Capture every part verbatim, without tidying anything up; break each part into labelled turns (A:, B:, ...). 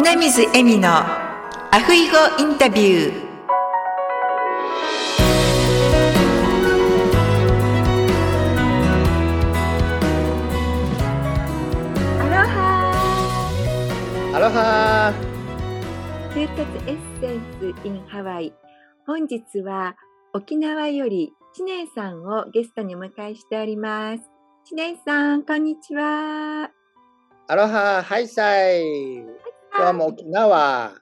A: 米水恵美のアフイゴインタビュー。アロハ
B: アロハ
A: 生活エッセンス in ハワイ。本日は沖縄より知念さんをゲストにお迎えしております。知念さん、こんにちは。
B: アロハハイサイ。今日も沖縄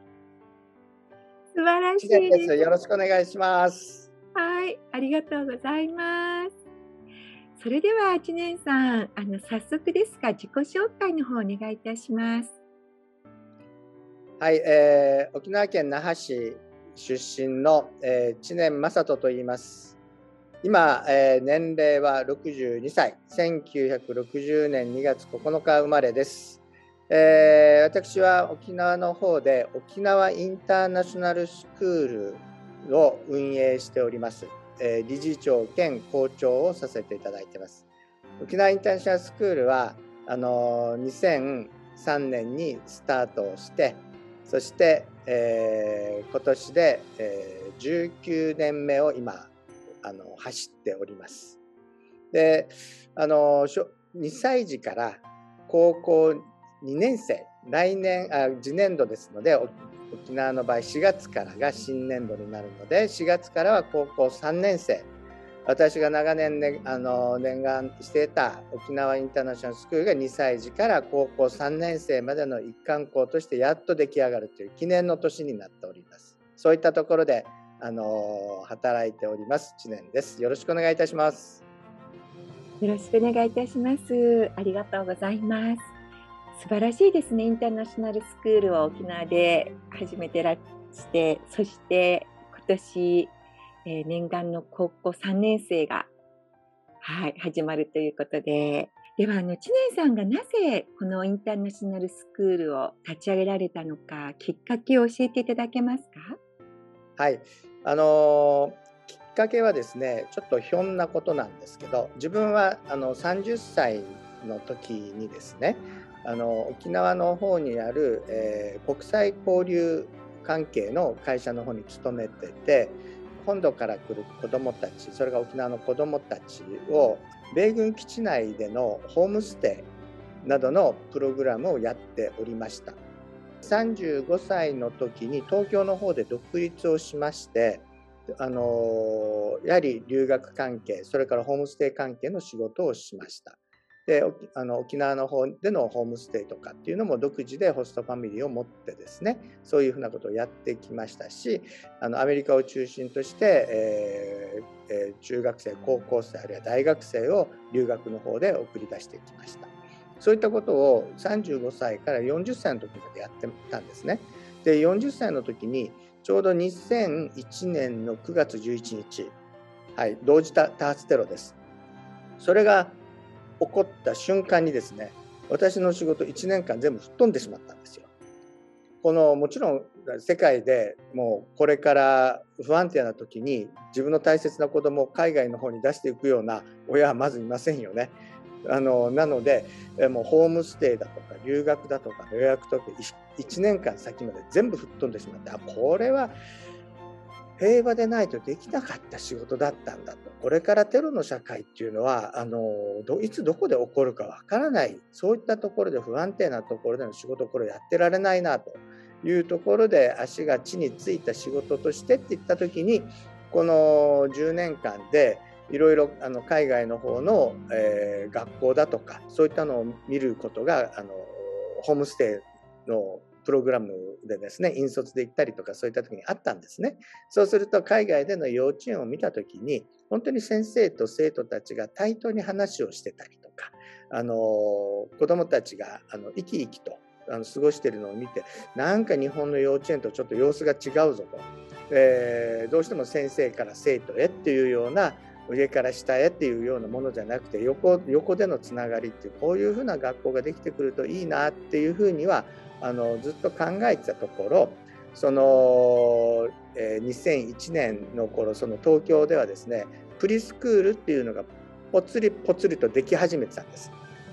A: 素晴らしい
B: 知念
A: です。
B: です。よろしくお願いします。
A: はい、ありがとうございます。それでは知念さん、あの早速ですが自己紹介の方お願いいたします。
B: はい、えー、沖縄県那覇市出身の、えー、知念正人と言います。今、えー、年齢はろくじゅうにさい、せんきゅうひゃくろくじゅうねんにがつここのか生まれです。えー、私は沖縄の方で沖縄インターナショナルスクールを運営しております。えー、理事長兼校長をさせていただいています。沖縄インターナショナルスクールはあのにせんさんねんにスタートをして、そして、えー、今年で、えー、じゅうきゅうねんめを今あの走っております。で、あのにさい児から高校にねんせい、来年あ次年度ですので、沖縄の場合しがつからが新年度になるので、しがつからは高校さんねんせい、私が長年、ね、あの念願していた沖縄インターナショナルスクールがにさい児から高校さんねんせいまでの一貫校としてやっと出来上がるという記念の年になっております。そういったところであの働いております知念です。よろしくお願いいたします。
A: よろしくお願いいたします。ありがとうございます。素晴らしいですね。インターナショナルスクールを沖縄で始めてらして、そして今年、えー、念願の高校さんねんせいが、はい、始まるということで、ではあの知念さんがなぜこのインターナショナルスクールを立ち上げられたのか、きっかけを教えていただけますか？
B: はい、あのー、きっかけはですね、ちょっとひょんなことなんですけど、自分はあのさんじゅっさいの時にですね、あの沖縄の方にある、えー、国際交流関係の会社の方に勤めてて、本土から来る子どもたち、それが沖縄の子どもたちを米軍基地内でのホームステイなどのプログラムをやっておりました。さんじゅうごさいの時に東京の方で独立をしまして、あのやはり留学関係、それからホームステイ関係の仕事をしました。で、あの沖縄の方でのホームステイとかっていうのも独自でホストファミリーを持ってですね、そういうふうなことをやってきましたし、あのアメリカを中心として、えーえー、中学生、高校生、あるいは大学生を留学の方で送り出してきました。そういったことをさんじゅうごさいからよんじゅっさいの時までやってたんですね。で、よんじゅっさいの時にちょうどにせんいちねんのくがつじゅういちにち、はい、同時多発テロです。それが起こった瞬間にですね、私の仕事いちねんかん全部吹っ飛んでしまったんですよ。このもちろん世界でもうこれから不安定な時に自分の大切な子供を海外の方に出していくような親はまずいませんよね。あのなのでもうホームステイだとか留学だとか予約とかいちねんかん先まで全部吹っ飛んでしまって、あ、これは平和でないとできなかった仕事だったんだと。これからテロの社会っていうのはあのどいつどこで起こるかわからない、そういったところで不安定なところでの仕事、これやってられないなというところで足が地についた仕事としてっていった時に、このじゅうねんかんでいろいろあの海外の方の、えー、学校だとかそういったのを見ることがあのホームステイのプログラムでですね、引率で行ったりとかそういった時にあったんですね。そうすると海外での幼稚園を見た時に本当に先生と生徒たちが対等に話をしてたりとか、あの子どもたちがあの生き生きとあの過ごしているのを見て、なんか日本の幼稚園とちょっと様子が違うぞと、えー、どうしても先生から生徒へっていうような、上から下へっていうようなものじゃなくて 横, 横でのつながりっていう、こういうふうな学校ができてくるといいなっていうふうにはあのずっと考えてたところ、その、えー、にせんいちねんの頃、その東京ではですね、プリスクールっていうのがぽつりぽつりとでき始めてたんです。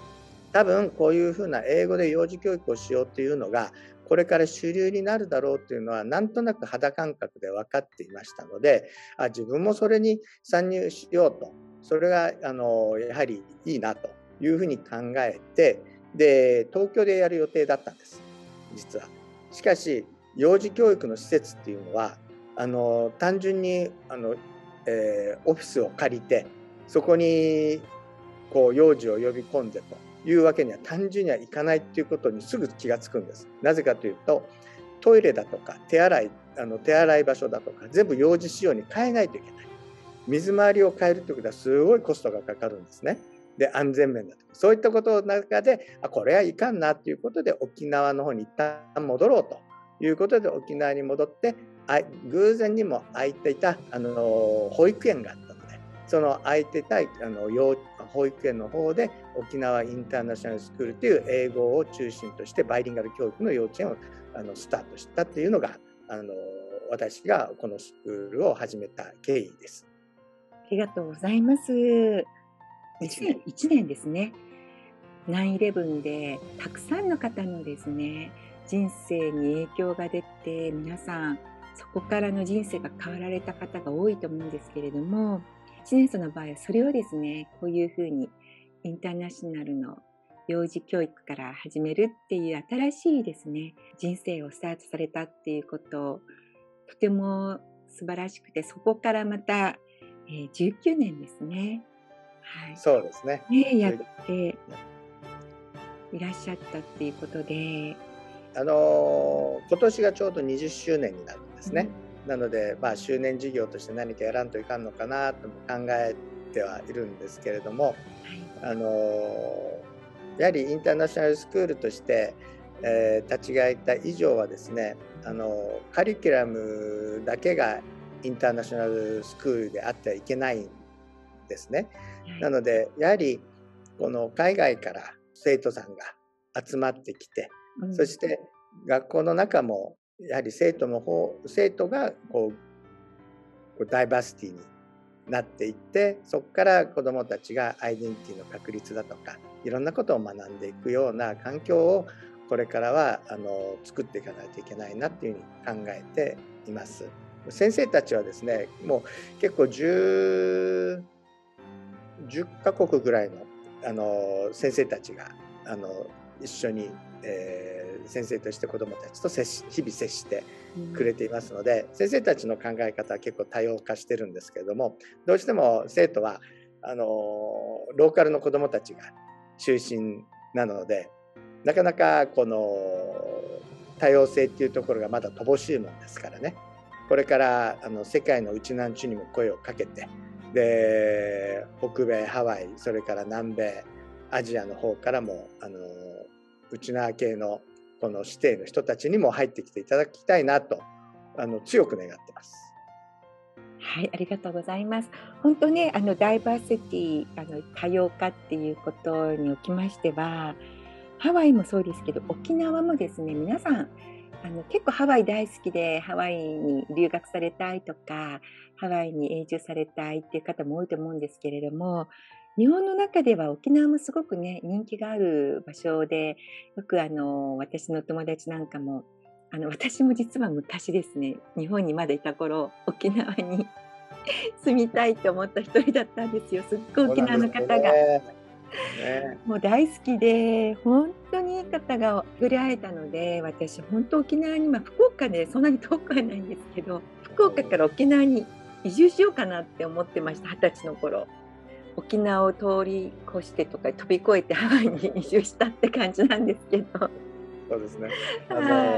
B: 多分こういうふうな英語で幼児教育をしようっていうのがこれから主流になるだろうっていうのはなんとなく肌感覚で分かっていましたので、あ、自分もそれに参入しようと、それがあのやはりいいなというふうに考えて、で東京でやる予定だったんです、実は。しかし幼児教育の施設っていうのはあの単純にあの、えー、オフィスを借りてそこにこう幼児を呼び込んでというわけには単純にはいかないっていうことにすぐ気がつくんです。なぜかというと、トイレだとか手洗いあの手洗い場所だとか全部幼児仕様に変えないといけない。水回りを変えるということはすごいコストがかかるんですね。で安全面だとかそういったことの中で、あ、これはいかんなということで沖縄の方に一旦戻ろうということで沖縄に戻って、あ偶然にも空いていたあの保育園があったので、その空いていたあの幼保育園の方で沖縄インターナショナルスクールという英語を中心としてバイリンガル教育の幼稚園をあのスタートしたというのがあの私がこのスクールを始めた経緯です。
A: ありがとうございます。いちねん、いちねんですね。ナインイレブンでたくさんの方のですね、人生に影響が出て、皆さんそこからの人生が変わられた方が多いと思うんですけれども、いちねん生の場合はそれをですね、こういうふうにインターナショナルの幼児教育から始めるっていう新しいですね、人生をスタートされたっていうこと、とても素晴らしくて、そこからまた、えー、じゅうきゅうねんですね。はい。
B: そうですね。
A: ね、やっていらっしゃったっていうことで、
B: あの今年がちょうどにじゅっしゅうねんになるんですね。
A: うん、
B: なので、まあ、周年事業として何かやらんといかんのかなとも考えてはいるんですけれども、はい、あのやはりインターナショナルスクールとして、えー、立ち上げた以上はですね、あのカリキュラムだけがインターナショナルスクールであってはいけないんですね。なのでやはりこの海外から生徒さんが集まってきて、うん、そして学校の中もやはり生徒の方生徒がこうダイバーシティになっていって、そこから子どもたちがアイデンティティの確立だとかいろんなことを学んでいくような環境をこれからはあの作っていかないといけないなっていうふうに考えています。先生たちはですね、もう結構じゅう、じゅっカ国ぐらいのあの先生たちがあの一緒に、えー、先生として子どもたちと接し日々接してくれていますので、うん、先生たちの考え方は結構多様化してるんですけれども、どうしても生徒はあのローカルの子どもたちが中心なので、なかなかこの多様性っていうところがまだ乏しいもんですからね、これからあの世界のうちなんちゅにも声をかけて、で北米ハワイ、それから南米アジアの方からもあの内縄系のこの指定の人たちにも入ってきていただきたいなとあの強く願ってます。
A: はい、ありがとうございます。本当ね、あのダイバーシティ、あの多様化っていうことにおきましては、ハワイもそうですけど、沖縄もですね、皆さんあの結構ハワイ大好きでハワイに留学されたいとかハワイに永住されたいっていう方も多いと思うんですけれども、日本の中では沖縄もすごくね人気がある場所で、よくあの私の友達なんかもあの私も実は昔ですね、日本にまだいた頃沖縄に住みたいと思った一人だったんですよ。すっごい沖縄の方が。ね、もう大好きで本当にいい方が触れ合えたので、私本当沖縄に、まあ、福岡でそんなに遠くはないんですけど、福岡から沖縄に移住しようかなって思ってました。はたちの頃、沖縄を通り越してとか飛び越えてハワイに移住したって感じなんですけど。
B: そうですね。あの、はい、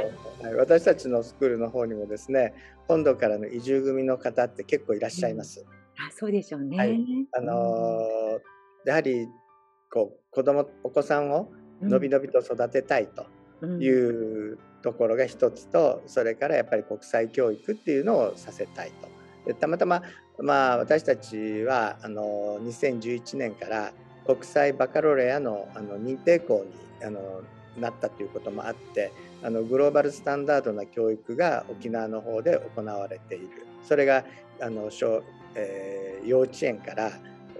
B: 私たちのスクールの方にもですね、本土からの移住組の方って結構いらっしゃいます。うん、
A: あ、そうでしょうね。
B: はい、あのー、やはりこう子供お子さんをのびのびと育てたいというところが一つと、それからやっぱり国際教育っていうのをさせたいと。でたまたま、まあ、私たちはあのにせんじゅういちねんから国際バカロレアのあの認定校にあのなったということもあって、あのグローバルスタンダードな教育が沖縄の方で行われている。それがあの小、えー、幼稚園から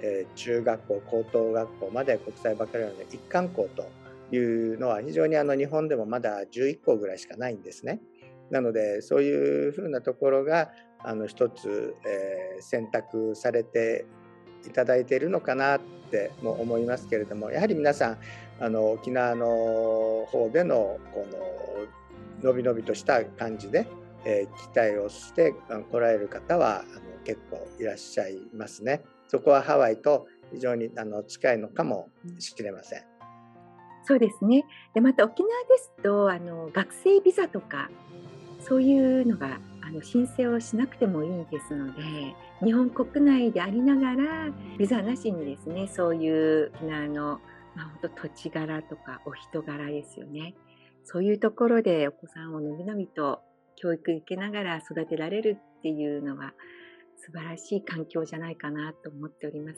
B: えー、中学校高等学校まで国際バカラオレの一貫校というのは非常にあの日本でもまだじゅういっこうぐらいしかないんですね。なのでそういうふうなところがあの一つ、えー、選択されていただいているのかなっても思いますけれども、やはり皆さんあの沖縄の方でのこののびのびとした感じで、えー、期待をして来られる方はあの結構いらっしゃいますね。そこはハワイと非常にあの近いのかもしれません。
A: そうですね。でまた沖縄ですとあの学生ビザとかそういうのがあの申請をしなくてもいいですので、日本国内でありながらビザなしにですね、そういう沖縄の、まあ、本当土地柄とかお人柄ですよね。そういうところでお子さんをのびのびと教育受けながら育てられるっていうのは素晴らしい環境じゃないかなと思っております。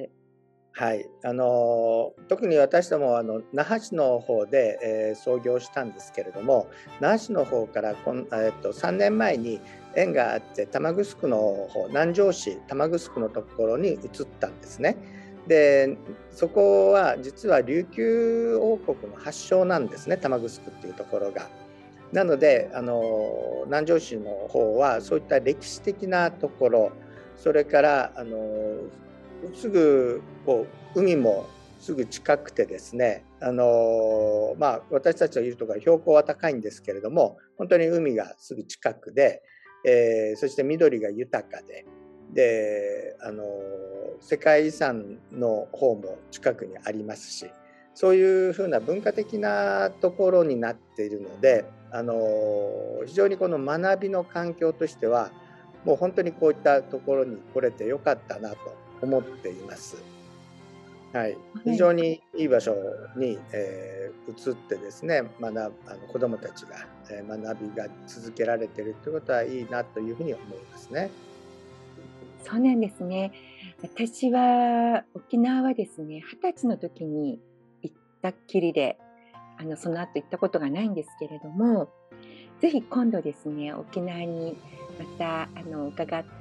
B: はい、あの特に私どもあの那覇市の方で、えー、創業したんですけれども、那覇市の方からこん、えー、とさんねんまえに縁があって玉城の方、南城市玉城のところに移ったんですね。でそこは実は琉球王国の発祥なんですね、玉城っていうところが。なのであの南城市の方はそういった歴史的なところ、それからあのすぐこう海もすぐ近くてですね、あのまあ、私たちのいるところは標高は高いんですけれども、本当に海がすぐ近くで、えー、そして緑が豊かで、で、あの世界遺産の方も近くにありますし、そういうふうな文化的なところになっているので、あの非常にこの学びの環境としてはもう本当にこういったところに来れてよかったなと思っています。はい、非常にいい場所に、えー、移ってですね、学あの子どもたちが、えー、学びが続けられているということはいいなというふうに思いますね。
A: そうなんですね。私は沖縄はですね、はたちの時に行ったっきりで、あのその後行ったことがないんですけれども、ぜひ今度ですね、沖縄にまたあの伺って、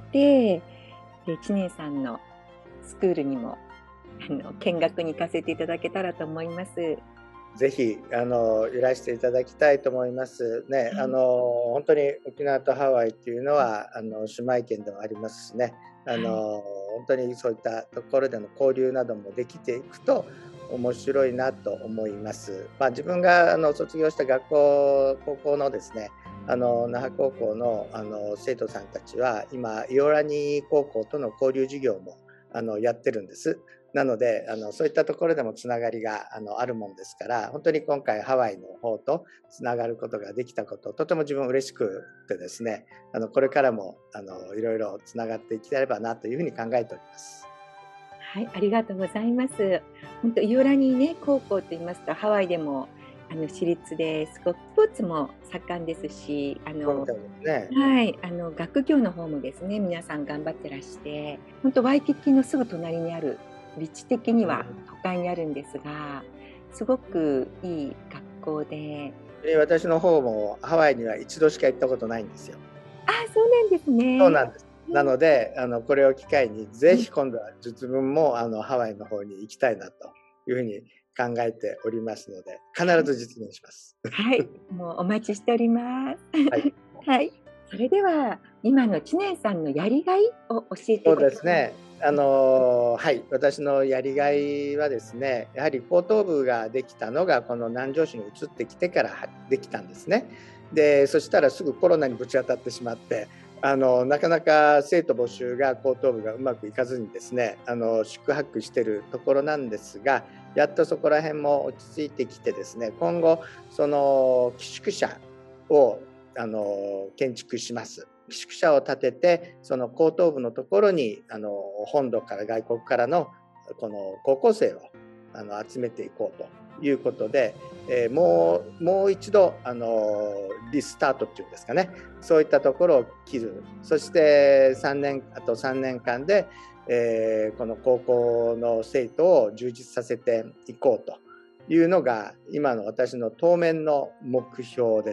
A: でいちねんさんのスクールにもあの見学に行かせていただけたらと思います。
B: ぜひあのいらしていただきたいと思いますね。
A: はい、
B: あの本当に沖縄とハワイっていうのはあの姉妹県でもありますしね。あの
A: はい、
B: 本当にそういったところでの交流などもできていくと面白いなと思います。まあ、自分があの卒業した学校高校のですね、あの那覇高校のあの生徒さんたちは今イオラニ高校との交流授業もあのやってるんです。なのであのそういったところでもつながりが あのあるもんですから、本当に今回ハワイの方とつながることができたこと、とても自分嬉しくてですね、あのこれからもあのいろいろつながっていければなというふうに考えております。
A: はい、ありがとうございます。本当イオラニね高校と言いますとハワイでもあの私立ですごくスポーツも盛んですし、あの
B: そうみたいですね。
A: はい、あの学業の方もですね、皆さん頑張ってらして、本当ワイキキのすぐ隣にある、立地的には都会にあるんですが、すごくいい学校で、
B: で私の方もハワイには一度しか行ったことないんですよ。
A: ああ、そうなんですね。
B: そうなんです。なのであのこれを機会にぜひ今度は自分もあのハワイの方に行きたいなというふうに考えておりますので、必ず実現します。
A: はい、もうお待ちしております。
B: はい。
A: はい。それでは、今の知念さんのやりがいを教えて
B: そう
A: いただきます。
B: ですね。あのはい、私のやりがいはですね、やはり高等部ができたのがこの南城市に移ってきてからできたんですね。で、そしたらすぐコロナにぶち当たってしまって、あのなかなか生徒募集が高等部がうまくいかずにですね、あの宿泊しているところなんですが、やっとそこら辺も落ち着いてきてですね、今後その寄宿舎をあの建築します。寄宿舎を建てて、その高等部のところにあの本土から外国からのこの高校生をあの集めていこうということで、えー、もうもう一度あのリスタートっていうんですかね、そういったところを切る。そしてさんねんあとさんねんかんで、えー、この高校の生徒を充実させていこうというのが今の私の当面の目標です。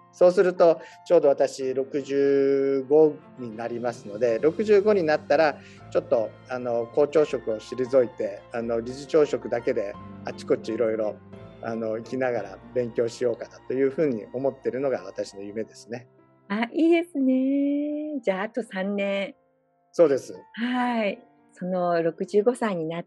B: そうするとちょうど私ろくじゅうごになりますので、ろくじゅうごになったらちょっとあの校長職を退いて、あの理事長職だけであちこちいろいろあの生きながら勉強しようかなというふうに思っているのが私の夢ですね。
A: あ、いいですね。じゃあ、あとさんねん。
B: そうです。
A: はい。そのろくじゅうごさいになって、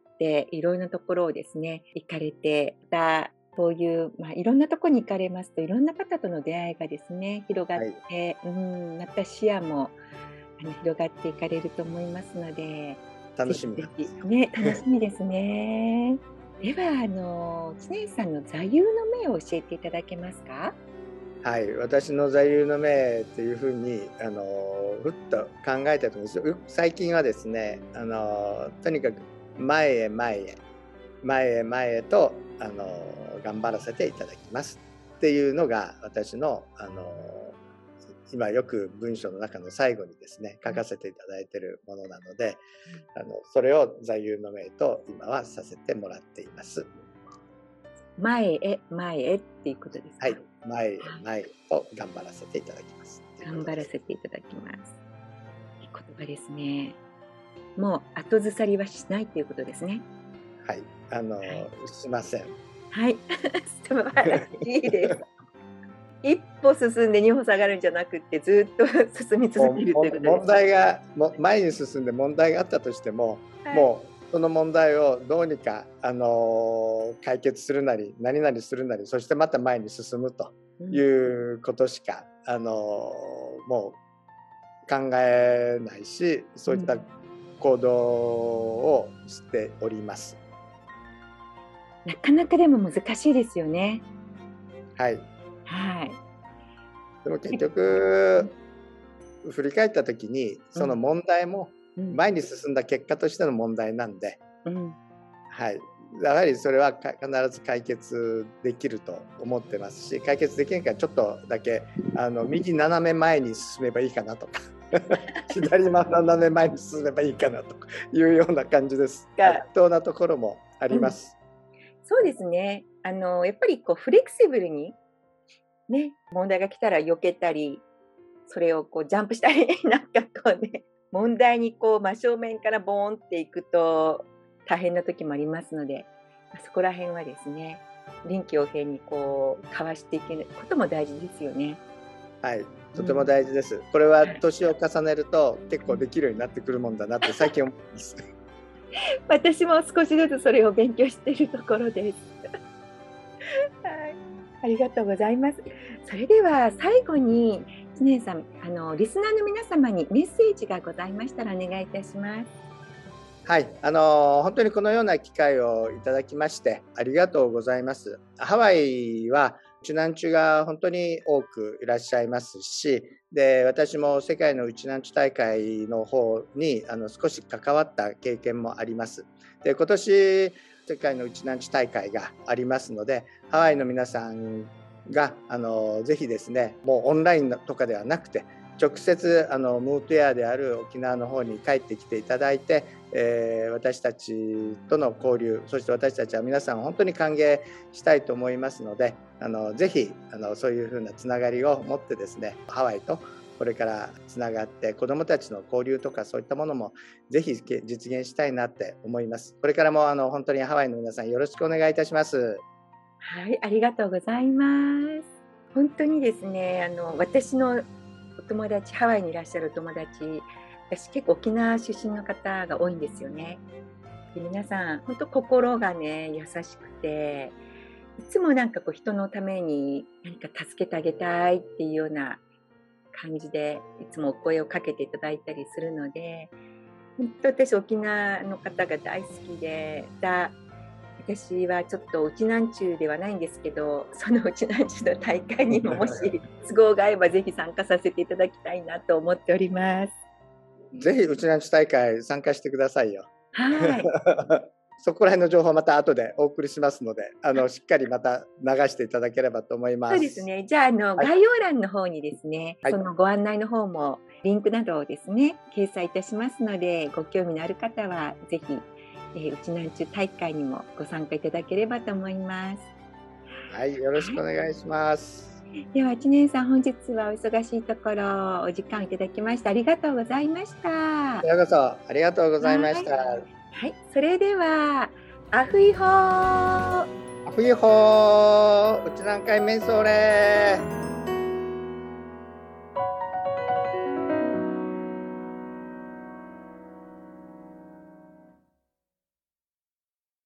A: いろんなところをですね、行かれて、また、そういう、まあ、いろんなところに行かれますと、いろんな方との出会いがですね、広がっ
B: はい、
A: て、うん、また視野も、あの、広がっていかれると思いますので、ぜ
B: 楽しみ
A: ひぜひ、
B: なんですよ。
A: ね、楽しみですね。では、あの、知念さんの座右の銘を教えていただけますか？
B: はい、私の座右の銘っていうふうにあのふっと考えたと思うんですよ。最近はですね、あのとにかく前へ前へ前へ前へとあの頑張らせていただきますっていうのが私のあの今よく文章の中の最後にですね書かせていただいているものなので、あのそれを座右の銘と今はさせてもらっています。
A: 前へ、前へっていうことですか？
B: はい、前へ前へと頑張らせていただきますっていうこ
A: 頑張ら
B: とです。
A: せていただきます。いい言葉ですね。もう後ずさりはしないっていうことですね。
B: はい、あの、
A: はい。
B: しません。
A: はい。素晴らしい。いいです。一歩進んで二歩下がるんじゃなくって、ずっと進み続け
B: もう、
A: るという
B: も問
A: ことですね。
B: 題が、も前に進んで問題があったとしても、
A: はい。
B: もうその問題をどうにか、あの、解決するなり、何々するなり、そしてまた前に進むとい
A: うん。
B: うことしか、あの、もう考えないし、そういった
A: うん。
B: 行動をしております。
A: なかなかでも難しいですよね。
B: はい。
A: はい。
B: でも結
A: で
B: 局振り返った時に、その
A: うん、
B: 問題も
A: うん、
B: 前に進んだ結果としての問題なんで、
A: うん。
B: はい。やはりそれはか必ず解決できると思ってますし、解決できないからちょっとだけあの右斜め前に進めばいいかなとか、左斜め前に進めばいいかなというような感じです。葛
A: が
B: 藤なところもあ
A: うん、
B: ります。
A: そうですね。あの、やっぱりこうフレキシブルに、ね、問題が来たら避けたり、それをこうジャンプしたり、なんかこうね、問題にこう真正面からボーンっていくと大変な時もありますので、ま、そこら辺はですね、臨機応変にこうかわしていけることも大事ですよね。
B: はい。とても
A: うん。
B: 大事です。これは
A: はい。
B: 年を重ねると結
A: うん。
B: 構できるようになってくるもんだなって最近思います。
A: 私も少しずつそれを勉強しているところです。はい。ありがとうございます。それでは最後に、知念さん、あのリスナーの皆様にメッセージがございましたらお願いいたします。
B: はい、あの、本当にこのような機会をいただきましてありがとうございます。ハワイはウチナンチュが本当に多くいらっしゃいますし、で、私も世界のウチナンチュ大会の方にあの少し関わった経験もあります。で、今年世界のウチナンチュ大会がありますので、ハワイの皆さんがあのぜひですね、もうオンラインとかではなくて、直接あのムートエアである沖縄の方に帰ってきていただいて、えー、私たちとの交流、そして私たちは皆さん本当に歓迎したいと思いますので、あのぜひあのそういうふうなつながりを持ってですね、ハワイとこれからつながって子どもたちの交流とかそういったものもぜひ実現したいなって思います。これからもあの本当にハワイの皆さんよろしくお願いいたします。
A: はい、ありがとうございます。本当にですね、あの私のお友達、ハワイにいらっしゃるお友達、私結構沖縄出身の方が多いんですよね。で、皆さん本当心がね、優しくて、いつもなんかこう人のために何か助けてあげたいっていうような感じで、いつもお声をかけていただいたりするので、本当私沖縄の方が大好きで、だ私はちょっとうちなんちゅうではないんですけど、そのうちなんちゅうの大会にももし都合が合えばぜひ参加させていただきたいなと思っております。
B: ぜひうちなち大会参加してくださいよ。
A: はい。
B: そこら辺の情報また後でお送りしますので、あのしっかりまた流していただければと思います。
A: そうですね。じゃあ、あの、
B: はい、
A: 概要欄の方にですね、
B: はい、
A: そのご案内の方もリンクなどをですね、掲載いたしますので、ご興味のある方はぜひ、えー、うちなんちゅう大会にもご参加いただければと思います。
B: はい、よろし
A: はい。
B: くお願いします。
A: では知念さん、本日はお忙しいところお時間いただきましてありがとうございました。
B: こちらこそありがとうございました。
A: はい、それではアフイホー
B: アフイホー、うちなんかいめんそれ。